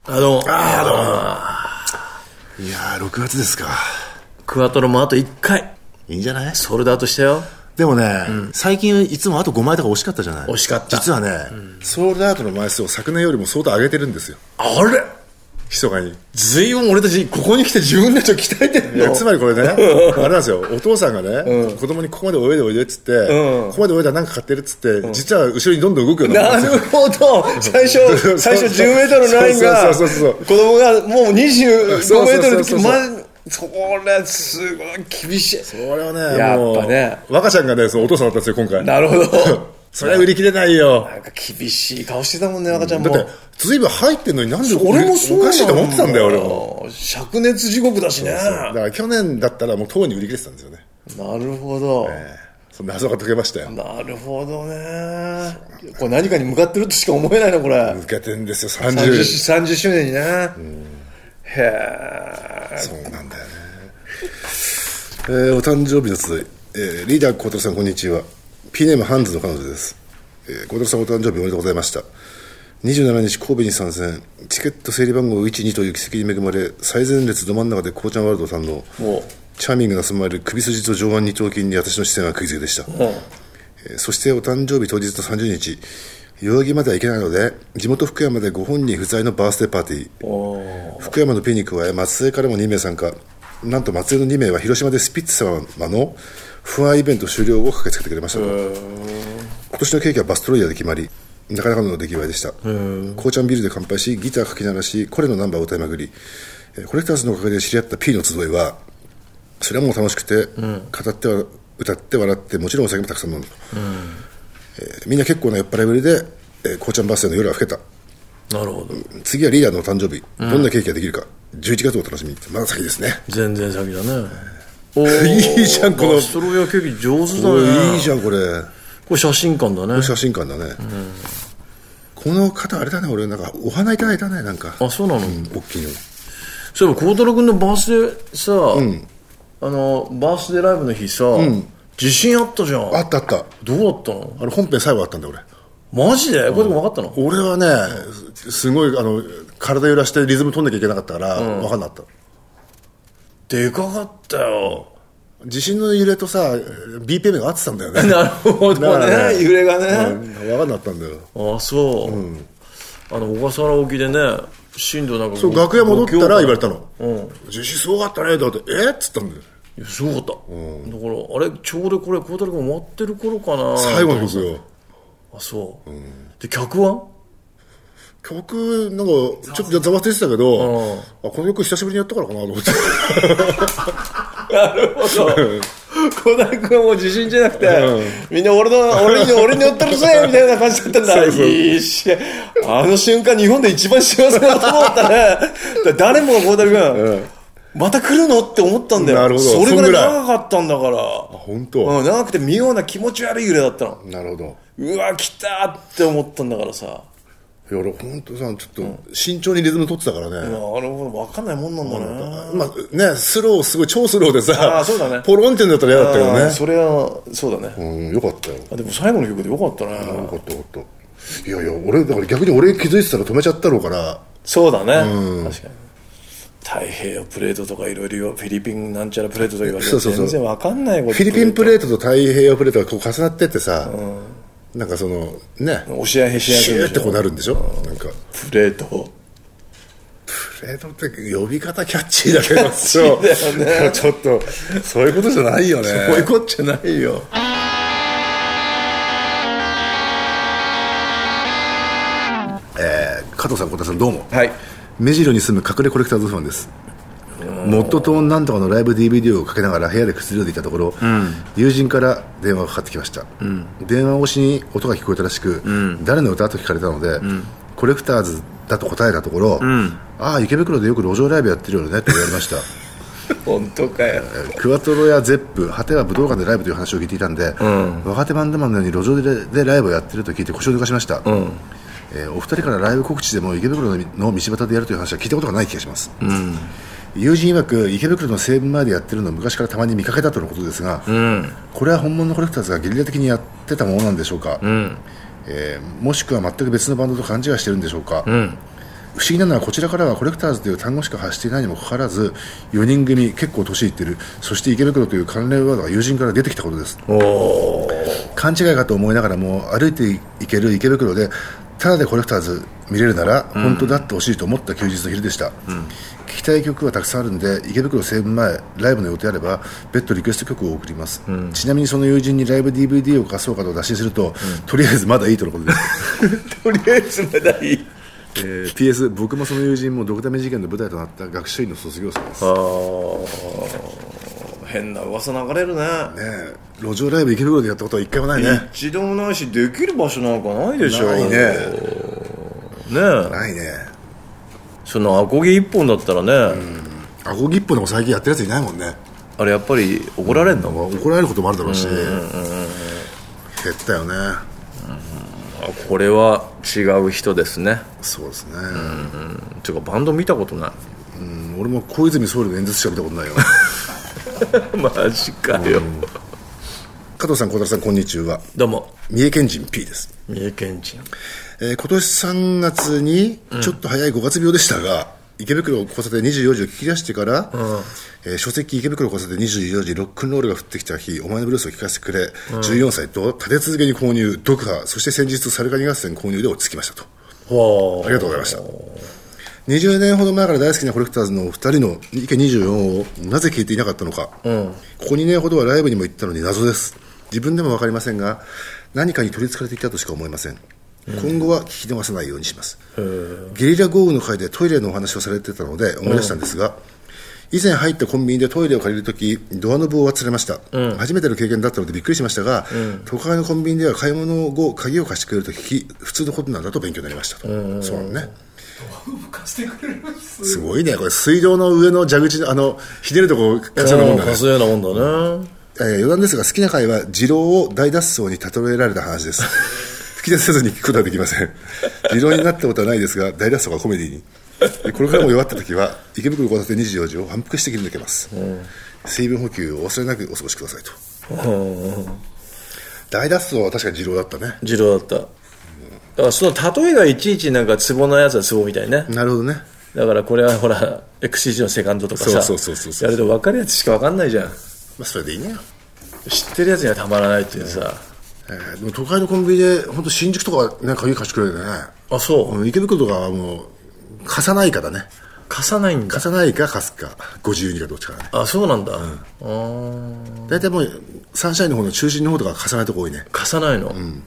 どうも。 いやー、6月ですか。 クワトロもあと1回。 いいんじゃない？ ソールドアウトしたよ。 でもね、最近いつもあと5枚とか惜しかったじゃない？ 惜しかった。 実はね、ソールドアウトの枚数を昨年よりも相当上げてるんですよ。 あれ密かに。 ずいぶん俺たちここに来て自分たちを鍛えてるの。 つまりこれね、あれなんですよ、お父さんがね、子供にここまで泳いでおいでっつって、ここまで泳いだらなんか買ってるっつって、実は後ろにどんどん動くようになるんですよ。 なるほど。最初10メートルのラインが、子供がもう25メートルの時、それすごい厳しい。 それはね、 やっぱね、 若ちゃんがね、そのお父さんだったんですよ、今回。 なるほど。 それは売り切れないよ。 なんか厳しい顔してたもんね、赤ちゃんも。 だって、ずいぶん入ってんのになんで俺もそうおかしいと思ってたんだよ、俺も。 灼熱地獄だしね。 だから去年だったらもうとうに売り切れてたんですよね。 なるほど。 そんな謎が解けましたよ。 なるほどね。これ何かに向かってるとしか思えないな、これ。 向けてんですよ、 30周年にね。へえ。 そうなんだよね。お誕生日の集い、リーダー小太郎さんこんにちは。P ネームハンズの彼女です。小太郎さんお誕生日おめでとうございました。27日神戸に参戦、チケット整理番号12という奇跡に恵まれ、最前列ど真ん中で紅茶ワールドさんのチャーミングなスマイル、首筋と上腕二頭筋に私の視線は釘付けでした。そしてお誕生日当日の30日、代々木までは行けないので、地元福山でご本人不在のバースデーパーティー。福山の P に加え、松江からも2名参加。なんと松江の2名は広島でスピッツ様のファンイベント終了後駆けつけてくれました。今年のケーキはバストロイヤーで決まり、なかなかの出来栄えでした。紅茶ビールで乾杯し、ギターかき鳴らし、これのナンバーを歌いまくり、コレクターズのおかげで知り合った P の集いは、それはもう楽しくて、語っては歌って笑って、もちろんお酒もたくさん飲むと。みんな結構な酔っ払いぶりで、紅茶バースデーの夜は更けた。 なるほど。 次はリーダーのお誕生日、どんなケーキができるか、11月をお楽しみに。まだ先ですね。 全然先だね。 いいじゃん、このバストロイヤーケーキ上手だね。 いいじゃん、これ。 これ写真館だね。 写真館だね。この方あれだね、俺なんかお花いただいたね、なんか。 あ、そうなの。 大きいの。 そういえば孝太郎君のバースデーさ、バースデーライブの日さ、自信あったじゃん。 あったあった。 どうだったの？ 本編最後あったんだよ、 俺。マジで？これでも分かったの？ 俺はね、すごい体揺らしてリズム取んなきゃいけなかったから分かんなかった。 でかかったよ。 地震の揺れとさ BPM が合ってたんだよね。 なるほどね、揺れがね、 分かんなかったんだよ。 あ、そう、小笠原沖でね、震度なんか、 そう楽屋戻ったら言われたの、地震すごかったね。だってっつったんだよ。 いやすごかった、だからあれちょうどこれ孝太郎君終わってる頃かな、 最後の曲よ。 あ、そう、で客は曲なんかちょっとざわついてたけど、この曲久しぶりにやったからかなと思って。 なるほど。小田君はもう自信じゃなくて、みんな俺に寄ってるぜみたいな感じだったんだ。いいし、あの瞬間日本で一番幸せなと思ったね。誰もが小田君、また来るのって思ったんだよ。 なるほど。 それぐらい長かったんだから。 本当。 長くて妙な気持ち悪い揺れだったの。 なるほど。 うわ来たって思ったんだからさ。 いや俺本当さちょっと慎重にリズム取ってたからね。 なるほど、分かんないもんなんだね。 まあね、スローすごい超スローでさ、 そうだね、 ポロンってんだったら嫌だったけどね。 それはそうだね。 よかったよ。 でも最後の曲でよかったね。 よかったよかった。いやいや俺だから逆に俺気づいてたら止めちゃったろうから。 そうだね、確かに。太平洋プレートとかいろいろフィリピンなんちゃらプレートとか言われて全然分かんないこと。 フィリピンプレートと太平洋プレートがこう重なってってさ、なんかそのね、 押し合いへし合いシューってこうなるんでしょ。なんかプレートって呼び方キャッチーだけど、 キャッチーだよね。 ちょっとそういうことじゃないよね。そういうことじゃないよ。 加藤さん小田さんどうも。 はい。 目白に住む隠れコレクターズファンです。モッドトーンなんとかのライブ DVD をかけながら部屋でくつろいでいたところ、友人から電話がかかってきました、電話越しに音が聞こえたらしく、誰の歌と聞かれたので、コレクターズだと答えたところ、ああ池袋でよく路上ライブやってるよねって言われました本当かよ。 クワトロやゼップ果ては武道館でライブという話を聞いていたんで、若手バンドマンのように路上でライブをやってると聞いて腰を抜かしました、お二人からライブ告知でも池袋の道端でやるという話は聞いたことがない気がします、友人曰く池袋の西武前でやってるのを昔からたまに見かけたとのことですが、これは本物のコレクターズがゲリラ的にやってたものなんでしょうか、もしくは全く別のバンドと勘違いしてるんでしょうか、 不思議なのはこちらからはコレクターズという単語しか発していないにもかかわらず4人組結構年いってる、そして池袋という関連ワードが友人から出てきたことです。勘違いかと思いながらも歩いていける池袋でただでコレクターズ見れるなら本当だってほしいと思った休日の昼でした、聞きたい曲はたくさんあるんで池袋西武前ライブの予定あれば別途リクエスト曲を送ります、ちなみにその友人にライブ DVD を貸そうかと打診すると、とりあえずまだいいとのことですとりあえずまだいい。 PS 僕もその友人もドクダミ事件の舞台となった学習院の卒業生です。 変な噂流れる ね路上ライブ池袋でやったことは一回もないね。 一度もないし、できる場所なんかないでしょ。 ないね。ないね。 そのアコギ一本だったらね、 アコギ一本でも最近やってるやついないもんね。 あれやっぱり怒られるの、 怒られることもあるだろうし、減ったよね。 これは違う人ですね。 そうですね。 ていうかバンド見たことない。 俺も小泉総理の演説しか見たことないよマジかよ。 加藤さん、小田さん、こんにちは。 どうも。 三重県人 P です。 三重県人。 今年3月にちょっと早い5月病でしたが、池袋交差点24時を聞き出してから、書籍池袋交差点24時ロックンロールが降ってきた日、お前のブルースを聞かせてくれ、14歳と立て続けに購入、読破、そして先日サルカニ合戦購入で落ち着きましたと。ありがとうございました。20年ほど前から大好きなコレクターズの2人の池24をなぜ聞いていなかったのか、ここ2年ほどはライブにも行ったのに謎です。自分でも分かりませんが、何かに取りつかれていたとしか思えません。今後は聞き逃さないようにします。ゲリラ豪雨の会でトイレのお話をされていたので思い出したんですが、以前入ったコンビニでトイレを借りるときドアノブを忘れました、初めての経験だったのでびっくりしましたが、都会のコンビニでは買い物後鍵を貸してくれると聞き普通のことなんだと勉強になりましたと。そうなのね。すごいね。これ水道の上の蛇口のひねるとこ貸すようなもんだね。 貸すようなもんだね。 余談ですが好きな回は二郎を大脱走に例えられた話です吹き出せずに聞くことはできません。二郎になったことはないですが大脱走がコメディにこれからも弱った時は池袋交差点24時を反復して切り抜けます、水分補給をお忘れなくお過ごしくださいと。大脱走は確かに二郎だったね。 二郎だった。だからその例えがいちいちなんかツボのやつはツボみたいね。 なるほどね。 だからこれはほら XCG のセカンドとかさ、やると分かるやつしか分かんないじゃん。 まあそれでいいね。 知ってるやつにはたまらないっていうさ、 でも都会のコンビニで本当新宿とかね鍵貸してくれるね。 あ、そう、 池袋とかはもう貸さないからね。 貸さないんだ。 貸さないか貸すか52かどっちかね。 あ、そうなんだ。 大体もうサンシャインの方の中心の方とか貸さないとこ多いね。 貸さないの。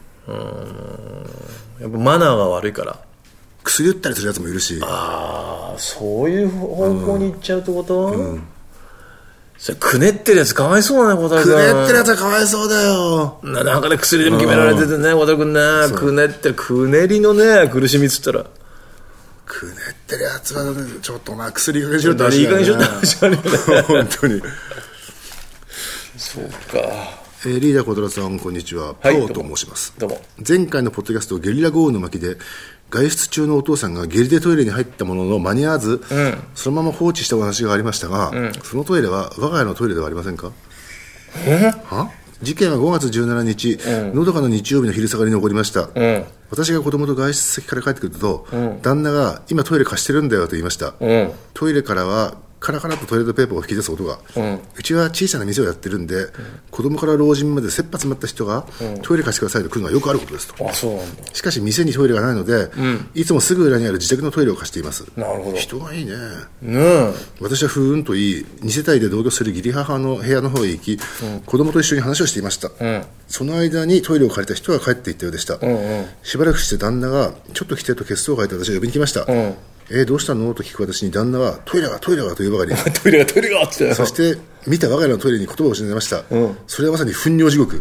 やっぱマナーが悪いから。 薬売ったりするやつもいるし。 ああ、そういう方向に行っちゃうってこと、それくねってるやつかわいそうだね、小田君。 くねってるやつはかわいそうだよ。 なんかね、薬でも決められててね、小田君ね、くねってる、くねりのね、苦しみっつったら。 くねってるやつは、ちょっと薬いい加減しろって話だよね。 いい加減しろって話だよね。 本当に。 そうか。 リーダー小虎さん、こんにちは。パオと申します。 どうも。 前回のポッドキャスト、ゲリラ豪雨の巻で、外出中のお父さんが下痢でトイレに入ったものの間に合わず、そのまま放置したお話がありましたが、そのトイレは我が家のトイレではありませんか？事件は5月17日、のどかな日曜日の昼下がりに起こりました。私が子供と外出先から帰ってくると、旦那が今トイレ貸してるんだよと言いました。トイレからはカラカラとトイレットペーパーを引き出す音が、うちは小さな店をやってるんで、子供から老人まで切羽詰まった人が、トイレ貸してくださいと来るのはよくあることですと。 あ、そうなんだ。 しかし店にトイレがないので、いつもすぐ裏にある自宅のトイレを貸しています。 なるほど。 人がいいね。私はふーんと言い、2世帯で同居する義理母の部屋の方へ行き、子供と一緒に話をしていました。その間にトイレを借りた人が帰っていったようでした。しばらくして旦那がちょっと来てと血相を変えて私を呼びに来ました。どうしたのと聞く私に旦那はトイレがというばかりトイレがってそして見た我が家のトイレに言葉を失いました、それはまさに糞尿地獄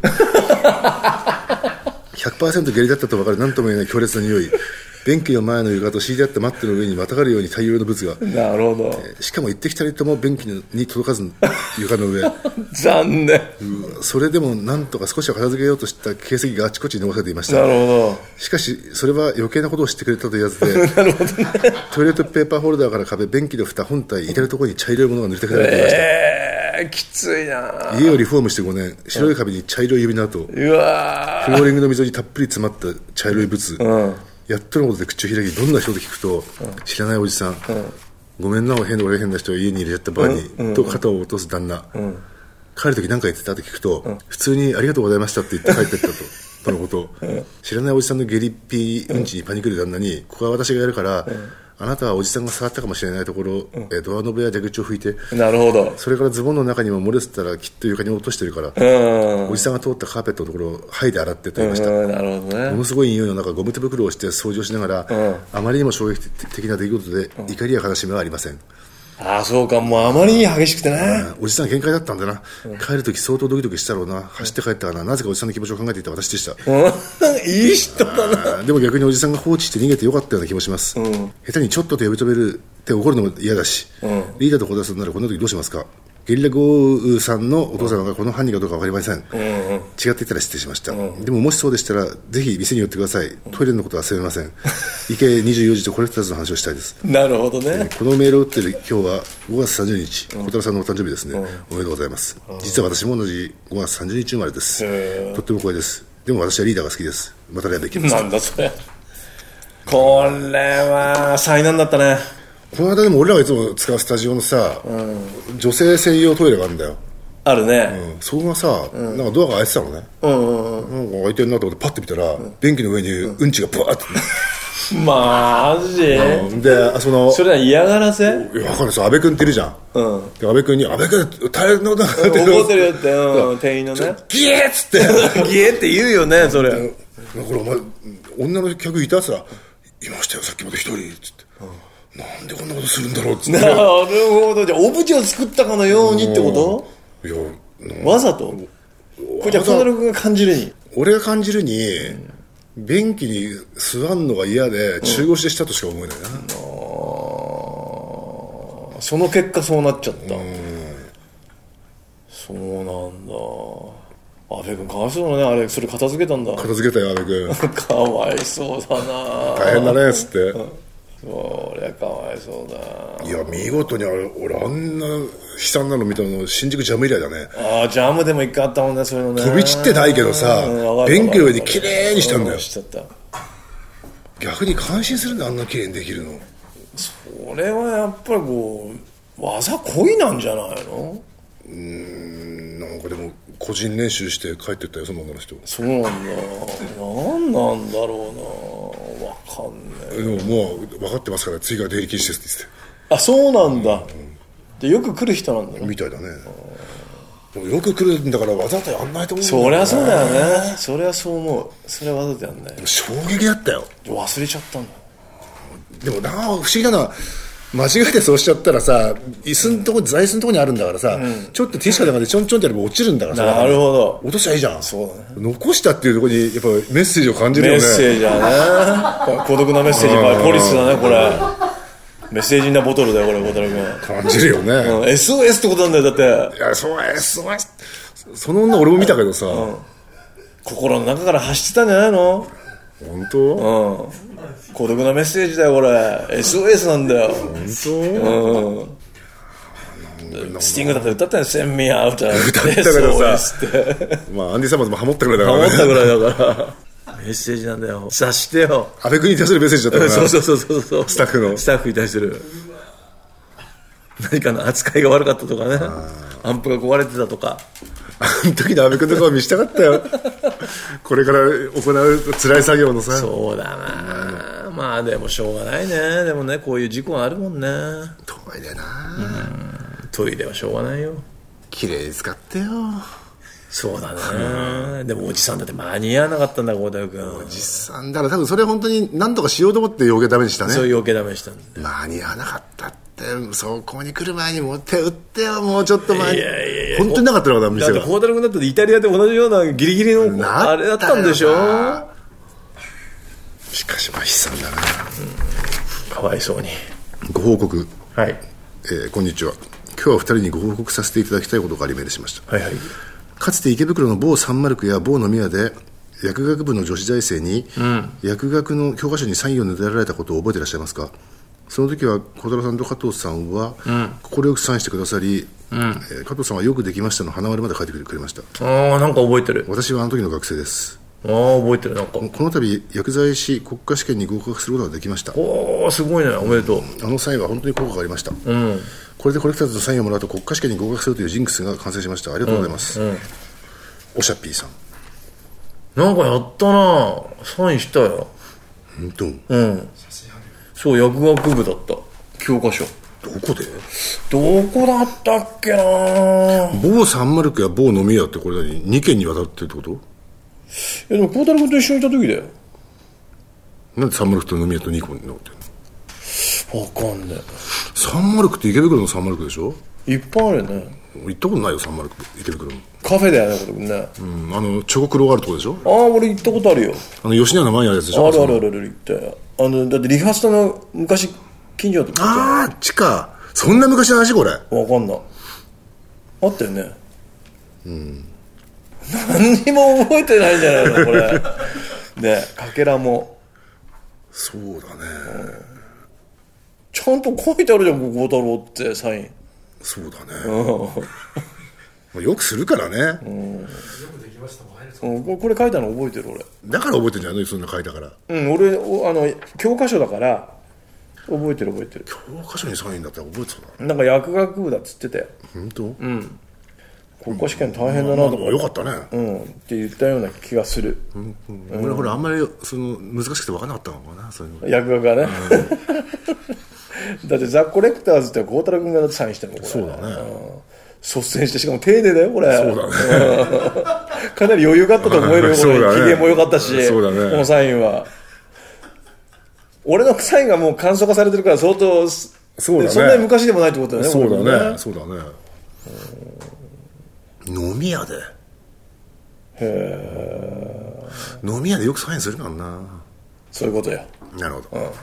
100% 下痢だったと分かる何とも言えない強烈な匂い。便器の前の床と敷いてあったマットの上にまたがるように大量の物が。 なるほど。 しかも一滴たりとも便器に届かず床の上残念。 それでもなんとか少しは片付けようとした形跡があちこちに残されていました。 なるほど。 しかしそれは余計なことを知ってくれたというやつでなるほど、ね、 トイレットペーパーホルダーから壁、便器の蓋本体至るところに茶色いものが塗りたくられていました。 きついな。 家をリフォームして5年、白い壁に茶色い指の跡、 うわ、 フローリングの溝にたっぷり詰まった茶色い物、 やっとのことで口を開きどんな人と聞くと、知らないおじさん、ごめんな俺変な人を家に入れちゃった場合に、と肩を落とす旦那、帰る時何か言ってたって聞くと、普通にありがとうございましたって言って帰ってったとのこと。知らないおじさんの下痢っぴうんちにパニクる旦那に、ここは私がやるから、あなたはおじさんが触ったかもしれないところ、ドアノブや蛇口を拭いて、 なるほど。 それからズボンの中にも漏れてたらきっと床に落としてるから、おじさんが通ったカーペットのところを剥いで洗ってと言いました。 なるほどね。 ものすごい匂いの中ゴム手袋をして掃除をしながら、あまりにも衝撃的な出来事で、怒りや悲しみはありません。 ああ、そうか、もうあまりに激しくてね。 おじさん限界だったんだな。帰るとき相当ドキドキしたろうな。走って帰ったかな。なぜかおじさんの気持ちを考えていた私でした。 いい人だな。 でも逆におじさんが放置して逃げてよかったような気もします。下手にちょっとと呼び止めるって怒るのも嫌だし、リーダーと小田さんならこんな時どうしますか。ゲリラ豪雨さんのお父様がこの犯人かどうか分かりません。違っていたら失礼しました。でももしそうでしたらぜひ店に寄ってください。トイレのことは忘れません。池24時とコレクターズの話をしたいです。 なるほどね。 このメールを打ってる今日は5月30日小太郎さんのお誕生日ですね。おめでとうございます。実は私も同じ5月30日生まれです。とっても光栄です。でも私はリーダーが好きです。またレアできます。 なんだそれ。これは災難だったね。 この間でも俺らがいつも使うスタジオのさ、女性専用トイレがあるんだよ。 あるね。 そこがさ、なんかドアが開いてたのね。なんか開いてるなと思ってパッて見たら、便器の上にうんちがブワーって。 マジで、 それは嫌がらせ？ いや、わかるさ、安倍君っているじゃん。で、安倍君に、安倍君、大変なことだって。 怒ってるよって、店員のね。 ギエーっつって。 ギエーって言うよね、それ。 これお前、女の客いたっつったら、いましたよ、さっきまで一人、つって。なんでこんなことするんだろうっつって。 なるほど。じゃあオブジェを作ったかのようにってこと？ いや、 わざと？これじゃあ小太郎君が感じるに？ 俺が感じるに、便器に座んのが嫌で中腰でしたとしか思えないな。 その結果そうなっちゃった。そうなんだ。安倍君かわいそうだね。あれそれ片付けたんだ。 片付けたよ安倍君。 かわいそうだな。 大変だねっつって。 そりゃかわいそうだ。 いや見事に俺あんな悲惨なの見たの新宿ジャム以来だね。 ああジャムでも一回あったもんねそういうのね。 飛び散ってないけどさ、便器の上に綺麗にしたんだよ。逆に感心するんだあんな綺麗にできるの。 それはやっぱりこう技恋なんじゃないの？ なんかでも個人練習して帰ってったよその女の人。 そうなんだ。何なんだろうな。わかんない。 でももう分かってますから次から出入り禁止ですって言って。 あそうなんだ。でよく来る人なんだね。 みたいだね。でもよく来るんだからわざとやんないと思うんだよね。 そりゃそうだよね。そりゃそう思う。それはわざとやんない。 衝撃だったよ。 忘れちゃったんだ。 でも不思議なのは間違えてそうしちゃったらさ椅子のとこ座椅子のとこにあるんだからさ、ちょっとティッシュかなんかでちょんちょんってやれば落ちるんだからさ。 なるほど。 落としちゃいいじゃん。 そうだね。 残したっていうところにやっぱメッセージを感じるよね。 メッセージだね。孤独なメッセージ。ポリスだねこれ。メッセージなボトルだよこれ小太郎君。 感じるよね。 SOS ってことなんだよだって。 いやそう SOS。その女俺も見たけどさ、 心の中から発してたんじゃないの？ 本当？ 孤独なメッセージだよこれ。 SOS なんだよ本当？ スティングだって歌ったよ。センミアウト。 歌ったけどさまあアンディ・サマーズもハモったぐらいだからね。 ハモったぐらいだからメッセージなんだよ。察してよ。 安倍君に対するメッセージだったからそうスタッフに対する何かの扱いが悪かったとかね。アンプが壊れてたとか。 あの時の安倍君の顔見したかったよこれから行う辛い作業のさ。 そうだな。まあでもしょうがないね。でもねこういう事故あるもんね。 とはいえな、 トイレはしょうがないよ。 綺麗に使ってよ。 そうだね。でもおじさんだって間に合わなかったんだ小田君。 おじさんだから多分それ本当に何とかしようと思って余計ダメにしたね。 そう余計ダメにしたんだ。 間に合わなかったってそこに来る前にもう手打ってよもうちょっと前に。いや本当になかったのかな店が。だって孝太郎君だってイタリアで同じようなギリギリのあれだったんでしょ。しかしまあ悲惨だな、かわいそうに。ご報告。はい、こんにちは。今日は2人にご報告させていただきたいことがありメールしました。はいはい。かつて池袋の某サンマルクや某飲み屋で薬学部の女子大生に、薬学の教科書にサインを塗られたことを覚えていらっしゃいますか。その時は小太郎さんと加藤さんは快くサインしてくださり、加藤さんはよくできましたの花丸まで書いてくれました。 なんか覚えてる。 私はあの時の学生です。 覚えてる。なんかこの度薬剤師国家試験に合格することができました。 おーすごいね、おめでとう。 あのサインは本当に効果がありました、これでコレクターズのサインをもらうと国家試験に合格するというジンクスが完成しました。ありがとうございます、おしゃっぴーさん。 なんかやったな、サインしたよ。 本当？ そう、薬学部だった。教科書どこで？ どこだったっけな。 某サンマルクや某飲み屋ってこれ何2軒にわたってるってこと？ でも孝太郎君と一緒にいた時だよ。 なんでサンマルクと飲み屋と2個になってるわかんねサンマルクって池袋のサンマルクでしょ？ え。いっぱいあるよね。 行ったことないよサンマルク池袋の。 カフェだよね、これね。 チョコクロがあるとこでしょ？ 俺行ったことあるよ。 吉野家の前にあるやつでしょ？ ある行ったよ。だってリハスタの昔近所だったあっちか。そんな昔の話これ。 わかんない。あったよね。何にも覚えてないんじゃないのこれ。ね、かけらも。 そうだね。 ちゃんと書いてあるじゃん、孝太郎ってサイン。 そうだね。よくするからね。よくできましたもん。これ書いたの覚えてる俺。 だから覚えてんじゃないの？そんな書いたから。 俺教科書だから覚えてる。 教科書にサインだったら覚えてたな。 なんか薬学部だっつってたよ。 本当？ 国家試験大変だなとか。 よかったね。 って言ったような気がする。 俺ほらあんまり難しくて分からなかったのかな、そういうの。 薬学がね。だってザ・コレクターズって孝太郎君がサインしてるのこれ。 そうだね。 率先して、しかも丁寧だよこれ。 そうだね。 かなり余裕があったと思えるよこれ。機嫌も良かったし。 そうだね。 このサインは。俺のサインがもう簡素化されてるから相当。そうだね。そんなに昔でもないってことだよね。 そうだね。そうだね。飲み屋で。飲み屋でよくサインするからな。そういうことよ。なるほど。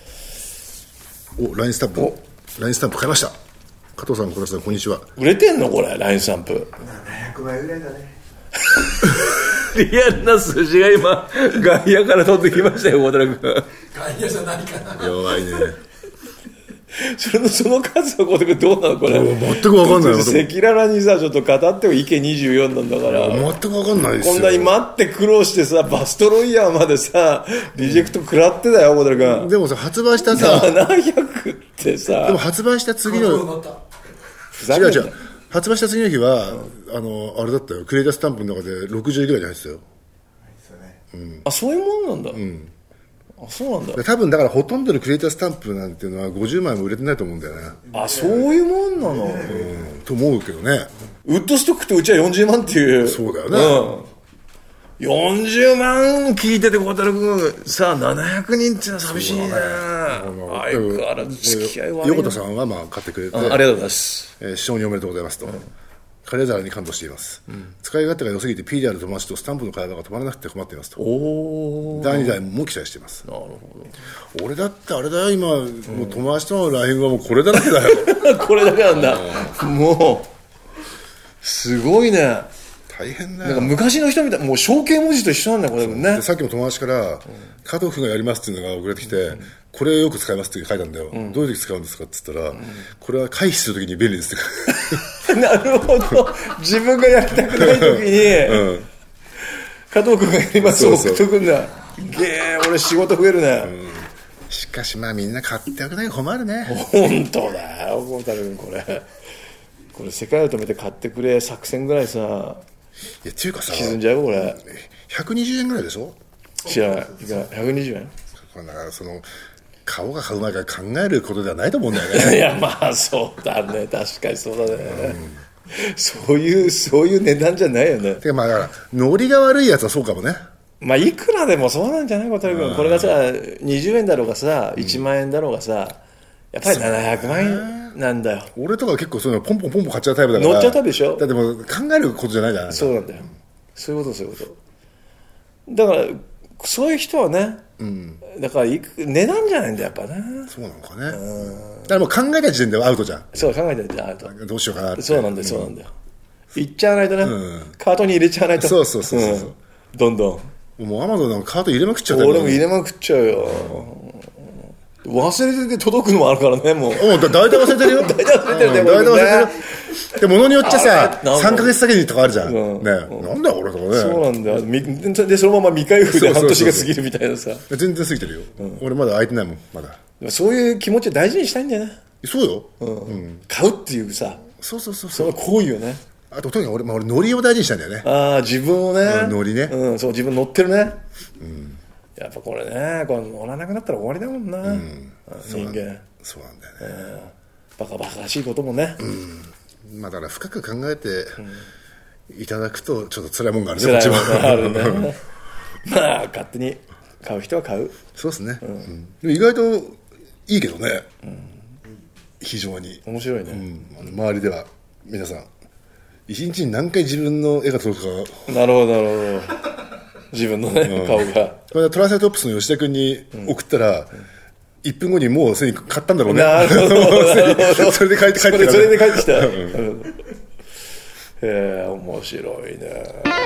ラインスタンプ買いました。加藤さん、小田さん、こんにちは。売れてんのこれ、ラインスタンプ。700枚ぐらいだね。リアルな数字が今、外野から取ってきましたよ、小田君。外野じゃないかな。弱いね。その数は小田君どうなのこれ。全く分かんない。赤裸々にさ、ちょっと語ってよ、池24なんだから。全く分かんないですよ。こんなに待って苦労してさ、バストロイヤーまでさ、リジェクト食らってたよ、小田君。でもさ、発売したさ、700ってさ。でも発売した次の。違う。発売した次の日は、あれだったよ。クリエイタースタンプの中で60位ぐらいに入ってたよ。そういうもんなんだ。そうなんだ。多分だからほとんどのクリエイタースタンプなんていうのは50枚も売れてないと思うんだよね。そういうもんなの。と思うけどね。ウッドストックとうちは40万っていう。そうだよね。40万聞いてて孝太郎君さあ700人っていうのは寂しいね。相変わらず付き合い悪い。横田さんはまあ買ってくれてありがとうございます。師匠におめでとうございますと。彼皿に感動しています、使い勝手が良すぎて P である友達とスタンプの会話が止まらなくて困っていますと。第2弾も期待しています。なるほど。俺だってあれだよ今、もう友達との LINE はもうこれだらけだよ。これだけなんだ。もうすごいね。大変だよ。なんか昔の人みたい、もう象形文字と一緒なんだよこれね。さっきも友達から加藤君がやりますっていうのが送られてきて、これよく使いますって書いたんだよ、どういう時使うんですかって言ったら、これは回避する時に便利ですってなるほど。自分がやりたくない時に、加藤君がやりますを送っとくんだ。俺仕事増えるね、しかしまあみんな買っておかないと困るね。本当だよ孝太郎君、これ世界を止めて買ってくれ作戦ぐらいさ。いやっていうかさ、沈んじゃうよこれ。120円ぐらいでしょ。知らない。120円。だから買おうか買う前から考えることではないと思うんだよね。いやまあそうだね、確かにそうだね、そういう値段じゃないよね。てかまあだからノリが悪いやつはそうかもね。まあいくらでもそうなんじゃないこと君。これがさ20円だろうがさ1万円だろうがさ、やっぱり700万円なんだよ。俺とか結構そういうのポンポン買っちゃうタイプだから。乗っちゃうタイプでしょ。だってもう考えることじゃないじゃない。そうなんだよ。そういうことだからそういう人はね、だから値段じゃないんだやっぱな。そうなのかね。だからもう考えた時点ではアウトじゃん。そう考えた時点でアウト。どうしようかなって。そうなんだよ。いっちゃわないとね、カートに入れちゃわないと。そう、どんどんもうアマゾンのカート入れまくっちゃう。俺も入れまくっちゃうよ。 忘れてて届くのもあるからね、もう。 大体忘れてるよ。 大体忘れてるね、 大体忘れてる。で、物によっちゃさ、 あれ 3ヶ月先にとかあるじゃん。 うんね、なんだよ、俺とかね。 そうなんだよ。で、そのまま未開封で半年が過ぎるみたいなさ。 全然過ぎてるよ。俺まだ空いてないもん、まだ。 そういう気持ちを大事にしたいんだよね。 そうよ。 買うっていうさ、 そう。 その行為をね。 あと、とにかく俺、ノリを大事にしたいんだよね。 ああ、自分をね。 ノリね。 そう、自分乗ってるね。やっぱこれね、これ乗らなくなったら終わりだもんな。人間。 そうなんだよね。 バカバカしいこともね。 まあだから深く考えていただくとちょっと辛いもんがあるね。 辛いもんがあるね。まあ勝手に買う人は買う。 そうですね。でも意外といいけどね。非常に面白いね。 周りでは皆さん一日に何回自分の絵が届くか。 なるほどなるほど。自分のね、顔が。 これトライセラトップスの吉田君に送ったら、1分後にもうすでに買ったんだろうね。 なるほど。 それで帰ってきた。 それで帰ってきた。面白いね。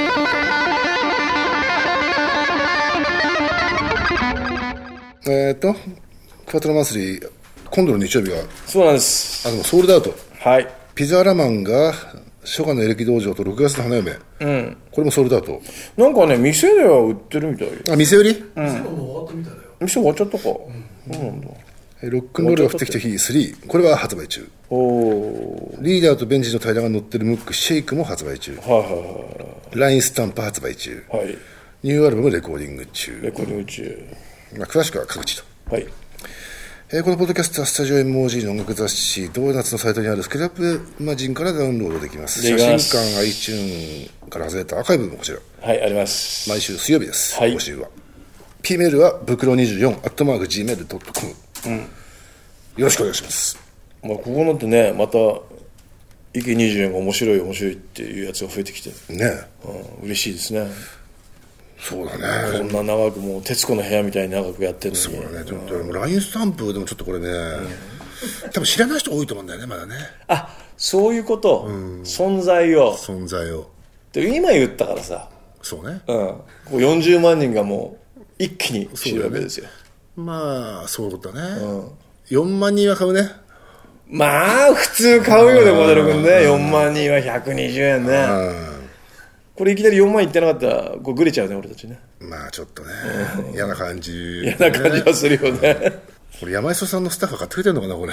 クワトロ祭り、今度の日曜日が、 そうなんです。 でもソールドアウト。 はい。 ピザーラマンが、初夏のエレキ道場と6月の花嫁。これもソールドアウト。 なんかね、店では売ってるみたい。 あ、店売り？ 店ももう終わったみたいだよ。 店終わっちゃったか。そうなんだ。 ロックンロールが降ってきた日3。これは発売中。リーダーとベンジの対談が載ってるムックシェイクも発売中。ラインスタンプ発売中。ニューアルバムレコーディング中。詳しくは各地と。このポッドキャストはスタジオ MOG の音楽雑誌ドーナツのサイトにあるスケルアップマジンからダウンロードできます。写真館 iTunes から外れたアーカイブもこちら。 はい、あります。 毎週水曜日です。更新は。P メールは袋24 @gmail.com。よろしくお願いします。 まあここなんてね、また池24が面白いっていうやつが増えてきてね、 嬉しいですね。 そうだね。 こんな長くもう徹子の部屋みたいに長くやってるのに。 そうだね。ちょっとラインスタンプでもちょっとこれね、多分知らない人多いと思うんだよね、まだね。 あ、そういうこと、存在をで今言ったからさ。 そうね。 こう40万人がもう一気に知るわけですよ。 まあそういうことだね。4万人は買うね。 まあ普通買うよね、小樽君ね。4万人は120円ね。これいきなり4万いってなかったらこうグレちゃうね、俺たちね。 まあちょっとね、嫌な感じ、 嫌な感じはするよね。 これ山磯さんのスタッフが買ってくれてるのかな、これ。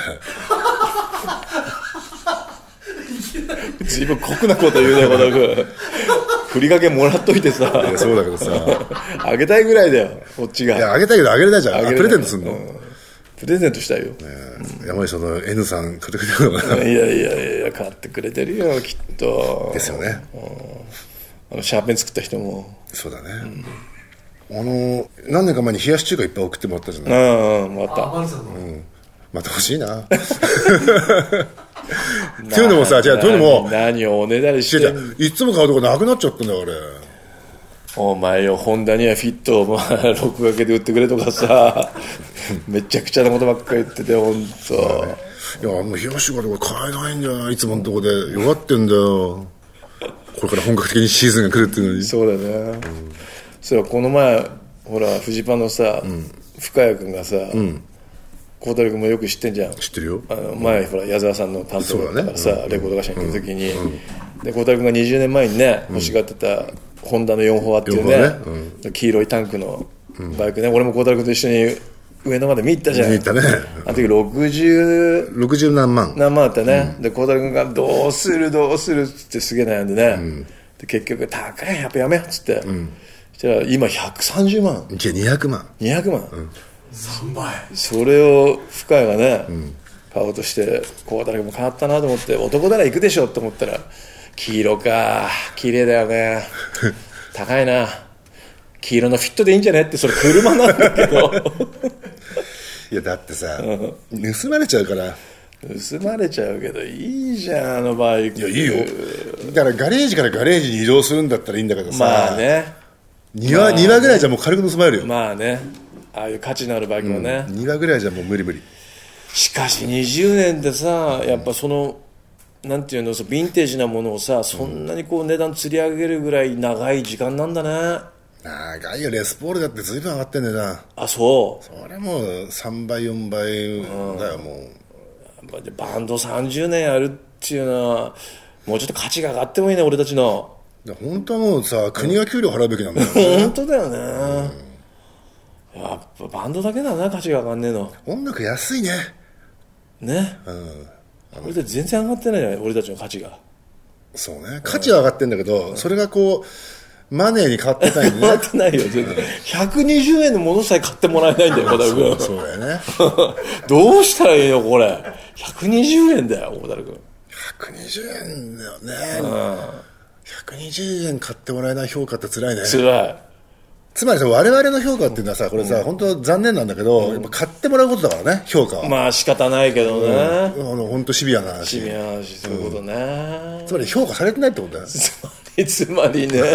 随分酷なこと言うね、小田君。ふりかけもらっといてさ。 いやそうだけどさ、 あげたいぐらいだよ、こっちが。 いやあげたいけどあげれないじゃん。プレゼントすんの、 プレゼントしたいよ。 山磯の N さん買ってくれてるのかな。 いや買ってくれてるよ、きっと。 ですよね。 シャーペン作った人も。 そうだね。何年か前に冷やし中華いっぱい送ってもらったじゃない。 また。 また欲しいな。っていうのもさ、じゃあというのも何をおねだりしていつも買うとこなくなっちゃったんだよ、俺。 お前よ、ホンダにはフィットを録画けで売ってくれとかさ、めちゃくちゃなことばっかり言ってて、本当。 いや、もう冷やし中華とか買えないんだよ、いつものとこで。弱ってんだよ。これから本格的にシーズンが来るっていうのに。 そうだね。それはこの前ほらフジパのさ、深谷君がさ、孝太郎君もよく知ってんじゃん。 知ってるよ。 前ほら矢沢さんの担当だったからさ、レコード会社に行った時に、で孝太郎君が20年前にね欲しがってたホンダの4フォアっていうね、黄色いタンクのバイクね、俺も孝太郎君と一緒に上野まで見たじゃん。 見たね。 あの時60 何万だったね。で孝太郎君がどうするってすげえ悩んでね、で結局高い、やっぱやめよっつって、そしたら今130万。 じゃあ200万。 3倍。 それを深谷がね、買おうとして孝太郎君も変わったなと思って、男なら行くでしょと思ったら、黄色か、綺麗だよね、高いな、黄色のフィットでいいんじゃねって。それ車なんだけど。 いやだってさ、盗まれちゃうから。 盗まれちゃうけどいいじゃん、あのバイク。 いやいいよ。だからガレージからガレージに移動するんだったらいいんだけどさ、 まあね、 庭ぐらいじゃもう軽く盗まれるよ。 まあね、ああいう価値のあるバイクはね、 庭ぐらいじゃもう無理。 しかし20年でさ、やっぱそのなんていうの、ヴィンテージなものをさ、そんなにこう値段釣り上げるぐらい長い時間なんだね。 長いよ。レスポールだって随分上がってんねんな。 あ、そう。 それもう3倍4倍だよ、もう。 バンド30年やるっていうのはもうちょっと価値が上がってもいいね、俺たちの。 本当はもうさ、国が給料払うべきなんだよ、 本当だよね、やっぱバンドだけだな、価値が上がんねえの。 音楽安いね。 ね、これで全然上がってないじゃない、俺たちの価値が。 そうね、価値は上がってんだけど、それがこうマネーに変わってないん上がね。 ってないよ、全然。120円のものさえ買ってもらえないんだよ、小樽君。 そうだよね。 どうしたらいいのこれ。120円だよ、小樽君。 120円だよね。120円買ってもらえない評価って辛いね。 辛い。 つまりさ、我々の評価っていうのはさ、これさ、本当残念なんだけど、やっぱ買ってもらうことだからね、評価は。 まあ仕方ないけどね。 本当シビアな話。 シビアな話、そういうことね。 つまり評価されてないってことだよ。 つまりね。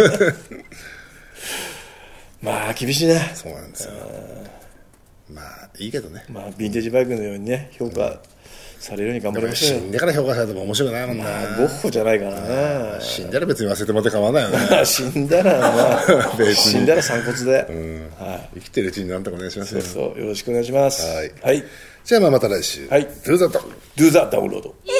まあ厳しいね。 そうなんですよ。まあいいけどね。 まあヴィンテージバイクのようにね、評価されるように頑張りましょうよ。 死んでから評価されても面白くないもんな。 ゴッホじゃないからね。 死んだら別に忘れてもらって構わないよね。 死んだらまあ別に死んだら散骨で、 生きてるうちになんとかお願いしますよ。 そうよろしくお願いします。 はいはい。 じゃあまあまた来週。 はい。 Do that. Do the download。